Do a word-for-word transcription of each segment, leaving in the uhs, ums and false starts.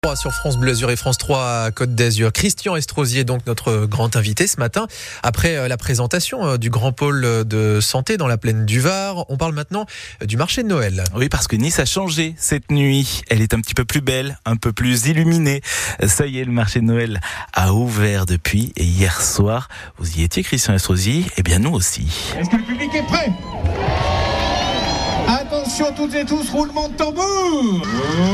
Sur France Bleu Azur et France trois Côte d'Azur. Christian Estrosi est donc notre grand invité ce matin. Après la présentation du grand pôle de santé dans la plaine du Var, on parle maintenant du marché de Noël. Oui, parce que Nice a changé cette nuit. Elle est un petit peu plus belle, un peu plus illuminée. Ça y est, le marché de Noël a ouvert depuis et hier soir. Vous y étiez, Christian Estrosi? Eh bien, nous aussi. Est-ce que le public est prêt? Attention toutes et tous, roulement de tambour.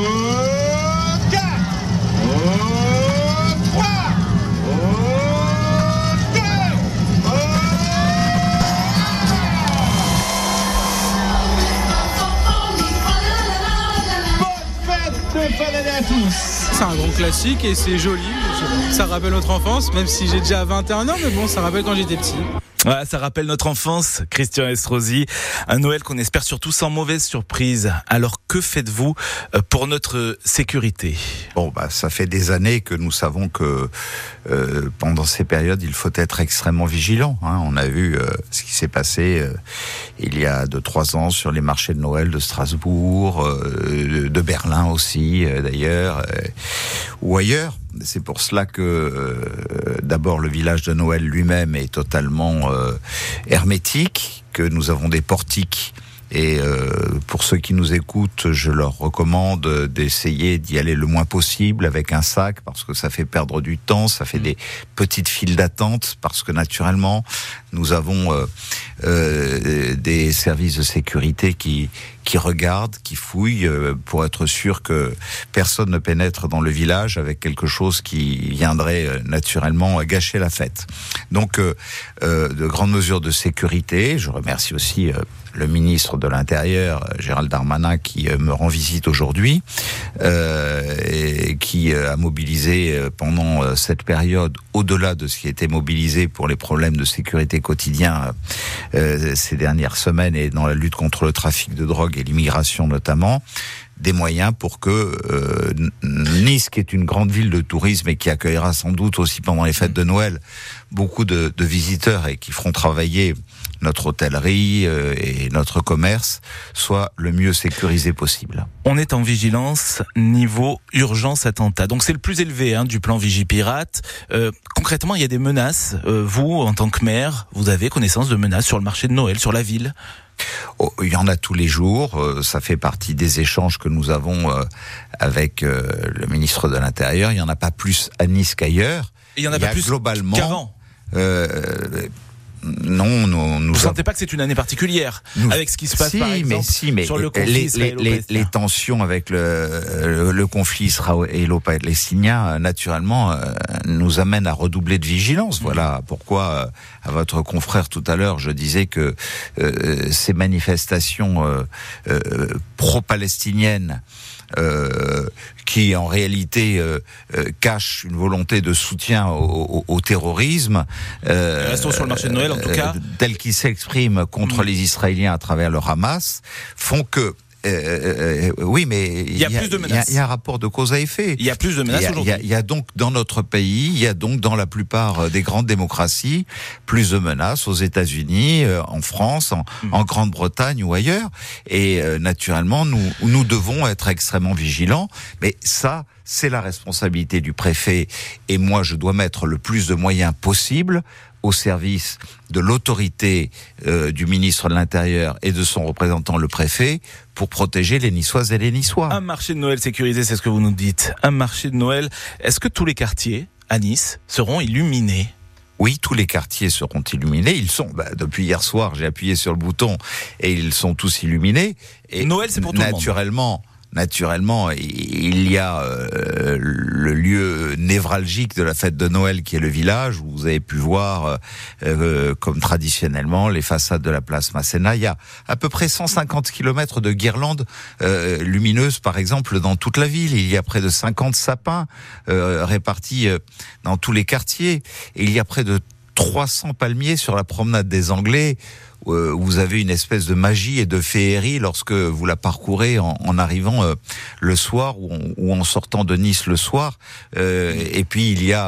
C'est un grand classique et c'est joli. Ça rappelle notre enfance, même si j'ai déjà vingt et un ans, mais bon, ça rappelle quand j'étais petit. Ouais, ça rappelle notre enfance, Christian Estrosi. Un Noël qu'on espère surtout sans mauvaise surprise. Alors, que faites-vous pour notre sécurité? Bon, bah, ça fait des années que nous savons que euh, pendant ces périodes, il faut être extrêmement vigilant. Hein. On a vu euh, ce qui s'est passé euh, il y a deux, trois ans sur les marchés de Noël de Strasbourg, euh, de Berlin aussi, euh, d'ailleurs, euh, ou ailleurs. C'est pour cela que euh, d'abord le village de Noël lui-même est totalement euh, hermétique, que nous avons des portiques. Et euh, pour ceux qui nous écoutent, je leur recommande d'essayer d'y aller le moins possible avec un sac, parce que ça fait perdre du temps, ça fait des petites files d'attente, parce que naturellement, nous avons euh, euh, des services de sécurité qui qui regardent, qui fouillent, euh, pour être sûr que personne ne pénètre dans le village avec quelque chose qui viendrait euh, naturellement gâcher la fête. Donc, euh, euh, de grandes mesures de sécurité. Je remercie aussi euh, le ministre de l'Intérieur, Gérald Darmanin, qui me rend visite aujourd'hui, euh, et qui a mobilisé pendant cette période, au-delà de ce qui était mobilisé pour les problèmes de sécurité quotidiens euh, ces dernières semaines et dans la lutte contre le trafic de drogue et l'immigration notamment, des moyens pour que euh, Nice, qui est une grande ville de tourisme et qui accueillera sans doute aussi pendant les fêtes de Noël beaucoup de, de visiteurs et qui feront travailler notre hôtellerie euh, et notre commerce, soit le mieux sécurisé possible. On est en vigilance niveau urgence attentat. Donc c'est le plus élevé hein, du plan Vigipirate. Euh, concrètement, il y a des menaces. Euh, vous, en tant que maire, vous avez connaissance de menaces sur le marché de Noël, sur la ville ? Oh, il y en a tous les jours, euh, ça fait partie des échanges que nous avons euh, avec euh, le ministre de l'Intérieur. Il n'y en a pas plus à Nice qu'ailleurs. Et il n'y en a il pas y a plus globalement, qu'avant euh, Non, nous, nous Vous ne avons... sentez pas que c'est une année particulière nous... avec ce qui se passe si, par exemple mais si, mais sur le conflit les, israélo-palestinien. les, les tensions avec le, le conflit israélo-palestinien, naturellement, euh, nous amènent à redoubler de vigilance. Mmh. Voilà pourquoi, euh, à votre confrère tout à l'heure, je disais que euh, ces manifestations euh, euh, pro-palestiniennes Euh, qui en réalité euh, euh, cache une volonté de soutien au, au, au terrorisme, euh, restons sur le marché de Noël en tout cas, euh, tel qu'il s'exprime contre mmh. les Israéliens à travers le Hamas, font que Euh, euh, oui, mais il y a, y a plus de menaces. Il y, y a un rapport de cause à effet. Il y a plus de menaces aujourd'hui. Il y, y a donc dans notre pays, il y a donc dans la plupart des grandes démocraties plus de menaces aux États-Unis, euh, en France, en, mmh. en Grande-Bretagne ou ailleurs. Et euh, naturellement, nous nous devons être extrêmement vigilants. Mais ça, c'est la responsabilité du préfet. Et moi, je dois mettre le plus de moyens possible au service de l'autorité euh, du ministre de l'Intérieur et de son représentant, le préfet, pour protéger les Niçoises et les Niçois. Un marché de Noël sécurisé, c'est ce que vous nous dites. Un marché de Noël. Est-ce que tous les quartiers à Nice seront illuminés ? Oui, tous les quartiers seront illuminés. Ils sont, bah, depuis hier soir, j'ai appuyé sur le bouton et ils sont tous illuminés. Et Noël, c'est pour tout le monde. Naturellement. Naturellement, il y a euh, le lieu névralgique de la fête de Noël qui est le village, où vous avez pu voir, euh, comme traditionnellement, les façades de la place Masséna. Il y a à peu près cent cinquante kilomètres de guirlandes euh, lumineuses, par exemple, dans toute la ville. Il y a près de cinquante sapins euh, répartis euh, dans tous les quartiers. Et il y a près de trois cents palmiers sur la promenade des Anglais, où vous avez une espèce de magie et de féerie lorsque vous la parcourez en, en arrivant euh, le soir ou en, ou en sortant de Nice le soir. Euh, et puis il y a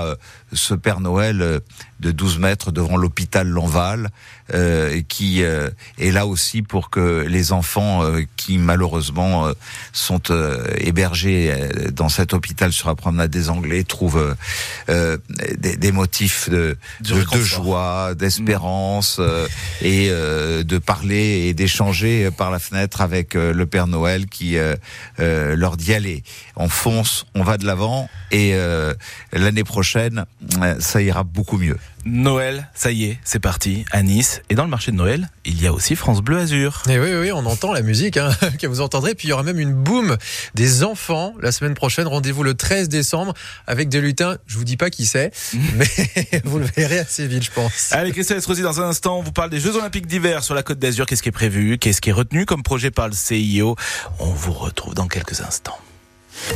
ce Père Noël euh, de douze mètres devant l'hôpital Lanval, euh, qui euh, est là aussi pour que les enfants euh, qui malheureusement euh, sont euh, hébergés euh, dans cet hôpital sur la promenade des Anglais trouvent euh, des, des motifs de, de, de joie, d'espérance euh, et euh, de parler et d'échanger par la fenêtre avec euh, le Père Noël qui euh, euh, leur dit allez, on fonce, on va de l'avant et euh, l'année prochaine ça ira beaucoup mieux. Noël, ça y est, c'est parti à Nice. Et dans le marché de Noël, il y a aussi France Bleu Azur. Et oui, oui, on entend la musique hein, que vous entendrez. Puis il y aura même une boum des enfants la semaine prochaine. Rendez-vous le treize décembre avec des lutins. Je vous dis pas qui c'est, mais vous le verrez assez vite, je pense. Allez, Christian Estrosi, dans un instant, on vous parle des Jeux Olympiques d'hiver sur la Côte d'Azur. Qu'est-ce qui est prévu? Qu'est-ce qui est retenu comme projet par le C I O? On vous retrouve dans quelques instants.